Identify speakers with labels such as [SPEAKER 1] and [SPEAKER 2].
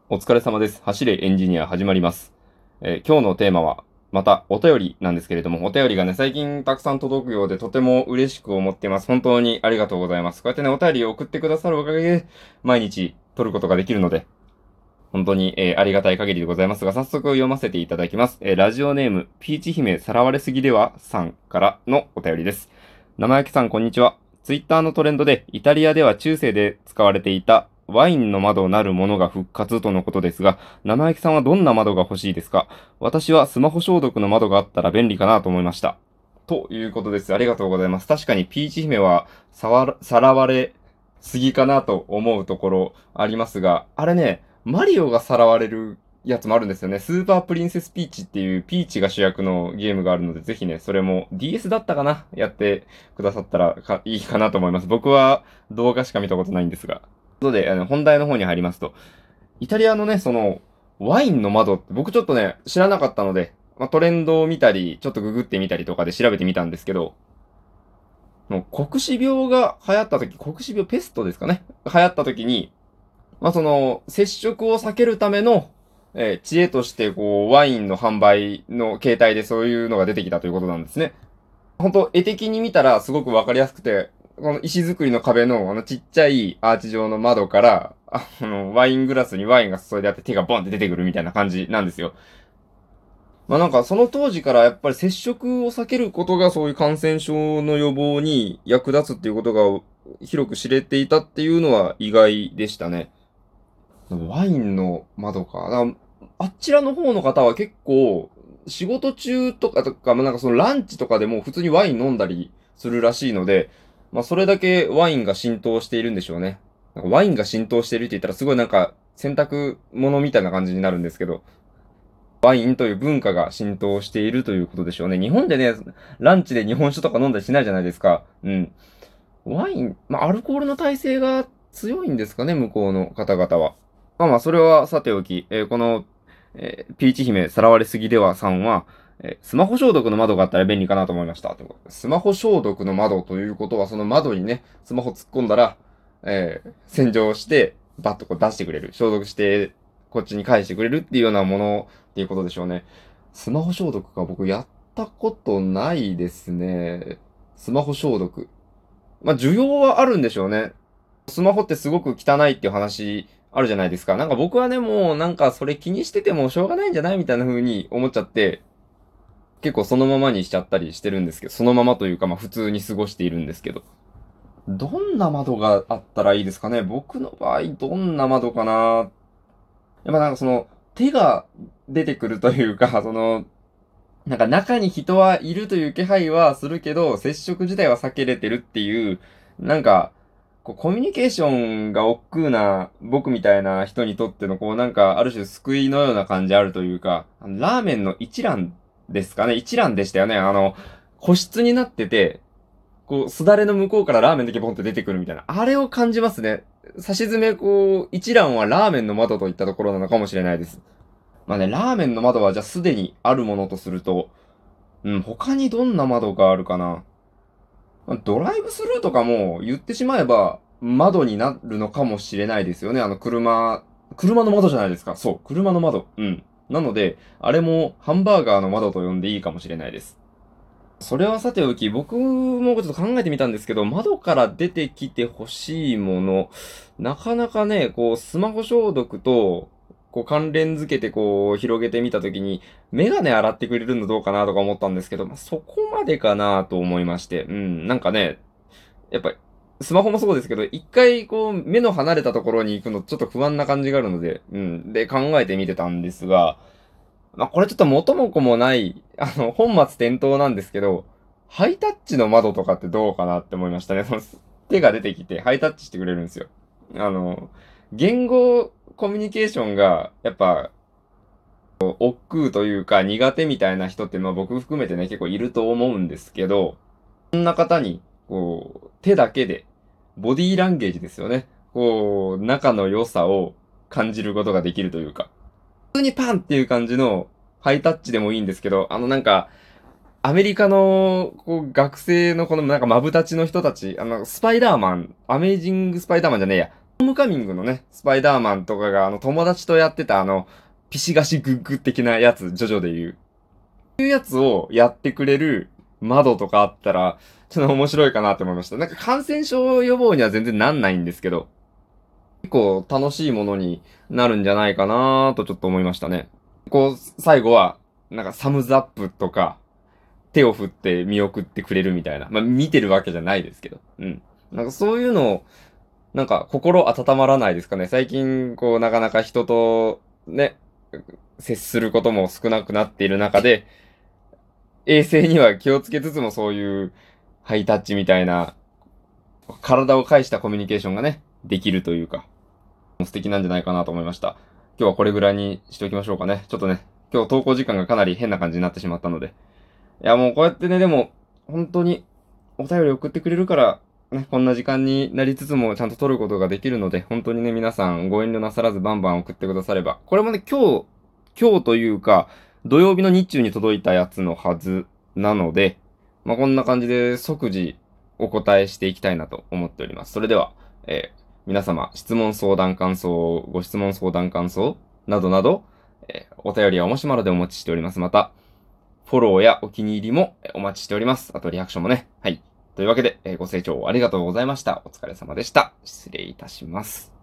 [SPEAKER 1] お疲れ様です。走れエンジニア始まります。今日のテーマは、またお便りなんですけれども、お便りがね、最近たくさん届くようでとても嬉しく思っています。本当にありがとうございます。こうやってね、お便りを送ってくださるおかげで、毎日撮ることができるので、本当に、ありがたい限りでございますが、早速読ませていただきます。ラジオネーム、ピーチ姫さらわれすぎではさんからのお便りです。生焼けさん、こんにちは。ツイッターのトレンドで、イタリアでは中世で使われていたワインの窓なるものが復活とのことですが、生焼けさんはどんな窓が欲しいですか？私はスマホ消毒の窓があったら便利かなと思いました。ということです。ありがとうございます。確かにピーチ姫はさらわれすぎかなと思うところありますが、あれね、マリオがさらわれるやつもあるんですよね。スーパープリンセスピーチっていうピーチが主役のゲームがあるので、ぜひね、それも DS だったかなやってくださったらいいかなと思います。僕は動画しか見たことないんですが。ということで、本題の方に入りますと、イタリアのね、ワインの窓って僕ちょっとね、知らなかったので、トレンドを見たり、ちょっとググってみたりとかで調べてみたんですけど、もう黒死病が流行った時、黒死病ペストですかね流行った時に、接触を避けるための、知恵として、ワインの販売の形態でそういうのが出てきたということなんですね。本当絵的に見たらすごくわかりやすくて、この石造りの壁のちっちゃいアーチ状の窓から、ワイングラスにワインが注いであって手がボンって出てくるみたいな感じなんですよ。なんかその当時からやっぱり接触を避けることがそういう感染症の予防に役立つっていうことが広く知れていたっていうのは意外でしたね。ワインの窓か。あちらの方の方は結構、仕事中とか、なんかそのランチとかでも普通にワイン飲んだりするらしいので、それだけワインが浸透しているんでしょうね。なんかワインが浸透しているって言ったらすごいなんか洗濯物みたいな感じになるんですけど、ワインという文化が浸透しているということでしょうね。日本でね、ランチで日本酒とか飲んだりしないじゃないですか。うん。ワイン、アルコールの耐性が強いんですかね、向こうの方々は。それはさておき、この、ピーチ姫さらわれすぎではさんは、スマホ消毒の窓があったら便利かなと思いました。ということでスマホ消毒の窓ということは、その窓にね、スマホ突っ込んだら、洗浄して、バッとこう出してくれる。消毒して、こっちに返してくれるっていうようなものっていうことでしょうね。スマホ消毒か僕やったことないですね。スマホ消毒。需要はあるんでしょうね。スマホってすごく汚いっていう話あるじゃないですか。なんか僕はね、もうなんかそれ気にしててもしょうがないんじゃないみたいな風に思っちゃって、結構そのままにしちゃったりしてるんですけど、そのままというか普通に過ごしているんですけど。どんな窓があったらいいですかね？僕の場合、どんな窓かな？やっぱなんか手が出てくるというか、なんか中に人はいるという気配はするけど、接触自体は避けれてるっていう、なんか、コミュニケーションが億劫な僕みたいな人にとっての、なんか、ある種救いのような感じあるというか、ラーメンの一蘭ですかね？一蘭でしたよね。個室になってて、すだれの向こうからラーメンだけボンって出てくるみたいな。あれを感じますね。差し詰め、一蘭はラーメンの窓といったところなのかもしれないです。ラーメンの窓はじゃあすでにあるものとすると、他にどんな窓があるかな。ドライブスルーとかも言ってしまえば窓になるのかもしれないですよね。車の窓じゃないですか。そう、車の窓。うん。なので、あれもハンバーガーの窓と呼んでいいかもしれないです。それはさておき、僕もちょっと考えてみたんですけど、窓から出てきてほしいもの、なかなかね、スマホ消毒と、関連付けて広げてみたときに、メガネ洗ってくれるのどうかなとか思ったんですけど、そこまでかなと思いまして。うん、なんかね、やっぱり、スマホもそうですけど、一回目の離れたところに行くのちょっと不安な感じがあるので、うん、で考えてみてたんですが、これちょっと元も子もない、本末転倒なんですけど、ハイタッチの窓とかってどうかなって思いましたね。手が出てきてハイタッチしてくれるんですよ。あの、言語コミュニケーションが、やっぱ、億劫というか苦手みたいな人って僕含めてね、結構いると思うんですけど、そんな方に、手だけで、ボディーランゲージですよね。仲の良さを感じることができるというか。普通にパンっていう感じのハイタッチでもいいんですけど、なんか、アメリカの、学生のなんかマブダチの人たち、スパイダーマン、アメージングスパイダーマンじゃねえや。 ホームカミングのね、スパイダーマンとかが友達とやってたピシガシグッグ的なやつ、ジョジョで言う。そういうやつをやってくれる窓とかあったら、ちょっと面白いかなって思いました。なんか感染症予防には全然なんないんですけど、結構楽しいものになるんじゃないかなとちょっと思いましたね。最後は、なんかサムズアップとか、手を振って見送ってくれるみたいな。まあ、見てるわけじゃないですけど。うん。なんかそういうのを、なんか心温まらないですかね。最近、なかなか人と、ね、接することも少なくなっている中で、衛生には気をつけつつもそういうハイタッチみたいな、体を介したコミュニケーションがね、できるというか、素敵なんじゃないかなと思いました。今日はこれぐらいにしておきましょうかね。ちょっとね、今日投稿時間がかなり変な感じになってしまったので。いや、もうこうやってね、でも、本当にお便り送ってくれるから、ね、こんな時間になりつつもちゃんと撮ることができるので、本当にね、皆さんご遠慮なさらずバンバン送ってくだされば。これもね、今日というか、土曜日の日中に届いたやつのはずなので、まあ、こんな感じで即時お答えしていきたいなと思っております。それでは、皆様、質問相談感想、ご質問相談感想などなど、お便りはおもしまろでお待ちしております。また、フォローやお気に入りもお待ちしております。あとリアクションもね。はい。というわけで、ご清聴ありがとうございました。お疲れ様でした。失礼いたします。